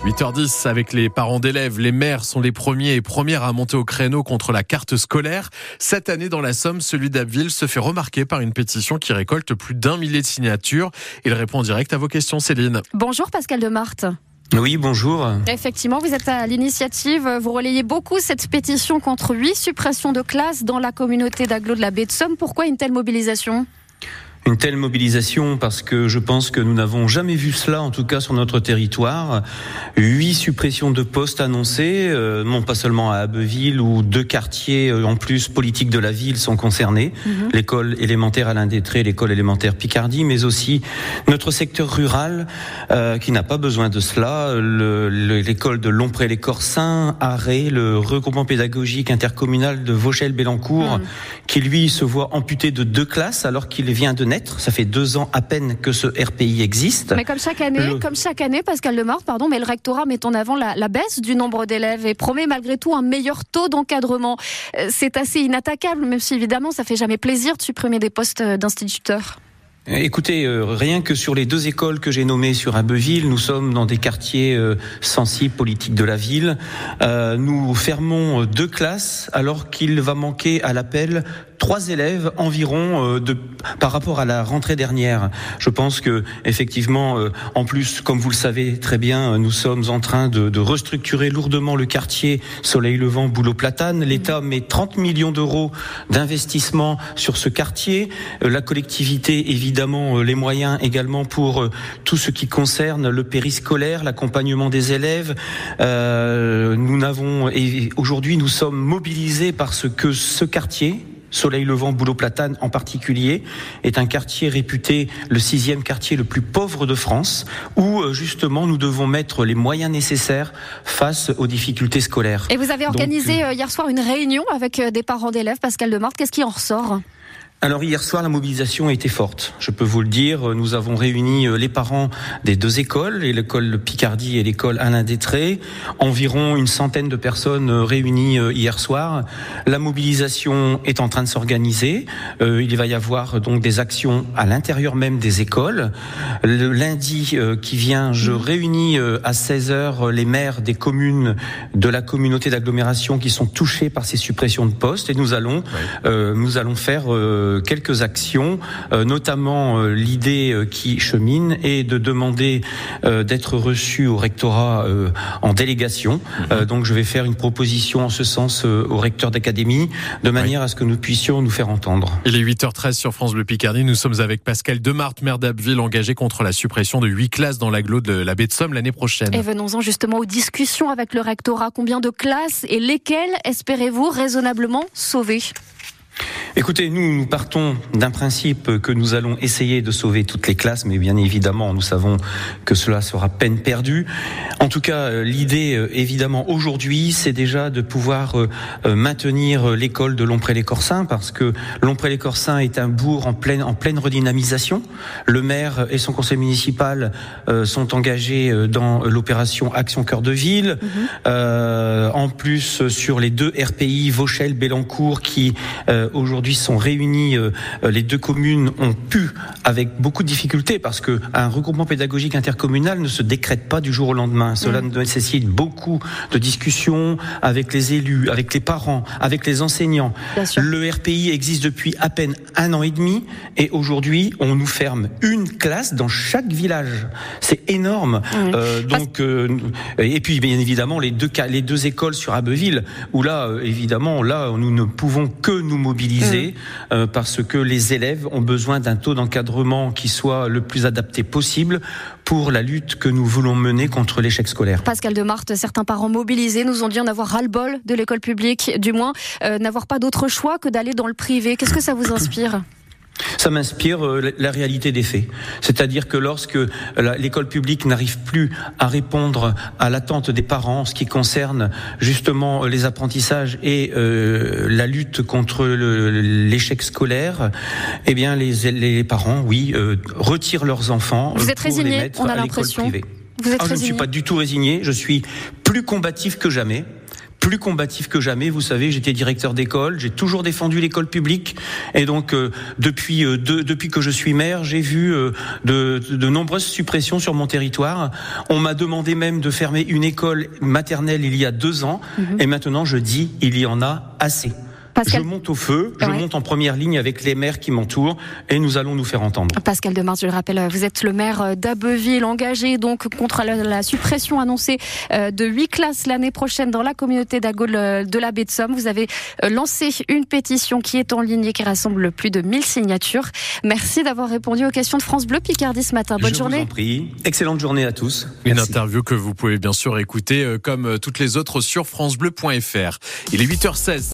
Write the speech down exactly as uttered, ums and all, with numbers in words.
huit heures dix avec les parents d'élèves. Les maires sont les premiers et premières à monter au créneau contre la carte scolaire. Cette année, dans la Somme, celui d'Abbeville se fait remarquer par une pétition qui récolte plus d'un millier de signatures. Il répond en direct à vos questions, Céline. Bonjour Pascal Demarthe. Oui, bonjour. Effectivement, vous êtes à l'initiative. Vous relayez beaucoup cette pétition contre huit suppressions de classes dans la communauté d'agglo de la baie de Somme. Pourquoi une telle mobilisation ? Une telle mobilisation parce que je pense que nous n'avons jamais vu cela, en tout cas sur notre territoire. Huit suppressions de postes annoncées, euh, non pas seulement à Abbeville où deux quartiers euh, en plus politiques de la ville sont concernés, mm-hmm. l'école élémentaire Alain Détré, l'école élémentaire Picardie, mais aussi notre secteur rural euh, qui n'a pas besoin de cela, le, le, l'école de Lompré-les-Corsins, Arré, le regroupement pédagogique intercommunal de Vauchelles-Bélancourt, mm. qui lui se voit amputé de deux classes alors qu'il vient de naître. Ça fait deux ans à peine que ce R P I existe. Mais comme chaque année, le... comme chaque année, Pascal Demarthe, pardon, mais le rectorat met en avant la, la baisse du nombre d'élèves et promet malgré tout un meilleur taux d'encadrement. C'est assez inattaquable, même si évidemment ça fait jamais plaisir de supprimer des postes d'instituteurs. Écoutez, euh, rien que sur les deux écoles que j'ai nommées sur Abbeville, nous sommes dans des quartiers euh, sensibles politiques de la ville. Euh, nous fermons deux classes alors qu'il va manquer à l'appel trois élèves environ euh, de, par rapport à la rentrée dernière. Je pense que effectivement, euh, en plus, comme vous le savez très bien, nous sommes en train de, de restructurer lourdement le quartier Soleil-Levant, Bouleau-Platane. L'État met trente millions d'euros d'investissement sur ce quartier. Euh, la collectivité, évidemment, euh, les moyens également pour euh, tout ce qui concerne le périscolaire, l'accompagnement des élèves. Euh, nous n'avons et aujourd'hui, nous sommes mobilisés parce que ce quartier, Soleil-Levant, Bouleau-Platane en particulier, est un quartier réputé le sixième quartier le plus pauvre de France, où justement nous devons mettre les moyens nécessaires face aux difficultés scolaires. Et vous avez organisé Donc, hier soir une réunion avec des parents d'élèves, Pascal Demarthe. Qu'est-ce qui en ressort ? Alors hier soir, la mobilisation a été forte. Je peux vous le dire, nous avons réuni les parents des deux écoles, l'école Picardie et l'école Alain Détré, environ une centaine de personnes réunies hier soir. La mobilisation est en train de s'organiser. Euh, il va y avoir donc des actions à l'intérieur même des écoles. Le lundi euh, qui vient, je réunis euh, à seize heures les maires des communes de la communauté d'agglomération qui sont touchés par ces suppressions de postes et nous allons, oui. euh, nous allons faire euh, quelques actions, euh, notamment euh, l'idée euh, qui chemine est de demander euh, d'être reçu au rectorat euh, en délégation. Mmh. Euh, donc je vais faire une proposition en ce sens euh, au recteur d'académie, de manière oui. à ce que nous puissions nous faire entendre. Il est huit heures treize sur France Bleu Picardie. Nous sommes avec Pascal Demarthe, maire d'Abbeville, engagé contre la suppression de huit classes dans l'agglo de la baie de Somme l'année prochaine. Et venons-en justement aux discussions avec le rectorat. Combien de classes et lesquelles espérez-vous raisonnablement sauver ? Écoutez, nous, nous partons d'un principe que nous allons essayer de sauver toutes les classes, mais bien évidemment, nous savons que cela sera peine perdue. En tout cas, l'idée, évidemment, aujourd'hui, c'est déjà de pouvoir maintenir l'école de Lompré-les-Corsins, parce que Lompré-les-Corsins est un bourg en pleine, en pleine redynamisation. Le maire et son conseil municipal euh, sont engagés dans l'opération Action Cœur de Ville. Mmh. Euh, en plus, sur les deux R P I, Vauchelles-Bélancourt, qui euh, aujourd'hui sont réunis, euh, les deux communes ont pu, avec beaucoup de difficultés, parce que un regroupement pédagogique intercommunal ne se décrète pas du jour au lendemain. Cela mmh. nécessite beaucoup de discussions avec les élus, avec les parents, avec les enseignants. Le R P I existe depuis à peine un an et demi, et aujourd'hui, on nous ferme une classe dans chaque village. C'est énorme. Mmh. Euh, donc, euh, et puis, bien évidemment, les deux, les deux écoles sur Abbeville, où là, évidemment, là, nous ne pouvons que nous mobiliser. Mmh. Euh, parce que les élèves ont besoin d'un taux d'encadrement qui soit le plus adapté possible pour la lutte que nous voulons mener contre l'échec scolaire. Pascal Demarthe, certains parents mobilisés nous ont dit en avoir ras-le-bol de l'école publique, du moins euh, n'avoir pas d'autre choix que d'aller dans le privé. Qu'est-ce que ça vous inspire ? Ça m'inspire euh, la réalité des faits. C'est-à-dire que lorsque la, l'école publique n'arrive plus à répondre à l'attente des parents en ce qui concerne justement les apprentissages et euh, la lutte contre le, l'échec scolaire, eh bien les, les parents, oui, euh, retirent leurs enfants. Vous êtes résigné, on a l'impression. Vous êtes ah, je ne suis pas du tout résigné, je suis plus combatif que jamais. plus combatif que jamais. Vous savez, j'étais directeur d'école, j'ai toujours défendu l'école publique, et donc euh, depuis euh, de, depuis que je suis maire, j'ai vu euh, de, de nombreuses suppressions sur mon territoire. On m'a demandé même de fermer une école maternelle il y a deux ans, mmh. et maintenant je dis il y en a assez. Pascal... Je monte au feu, je ouais. monte en première ligne avec les maires qui m'entourent et nous allons nous faire entendre. Pascal Demars, je le rappelle, vous êtes le maire d'Abbeville, engagé donc contre la, la suppression annoncée de huit classes l'année prochaine dans la communauté d'Agaules de la baie de Somme. Vous avez lancé une pétition qui est en ligne et qui rassemble plus de mille signatures. Merci d'avoir répondu aux questions de France Bleu Picardie ce matin. Bonne je journée. Je vous en prie. Excellente journée à tous. Une Merci. interview que vous pouvez bien sûr écouter comme toutes les autres sur francebleu point fr. Il est huit heures seize.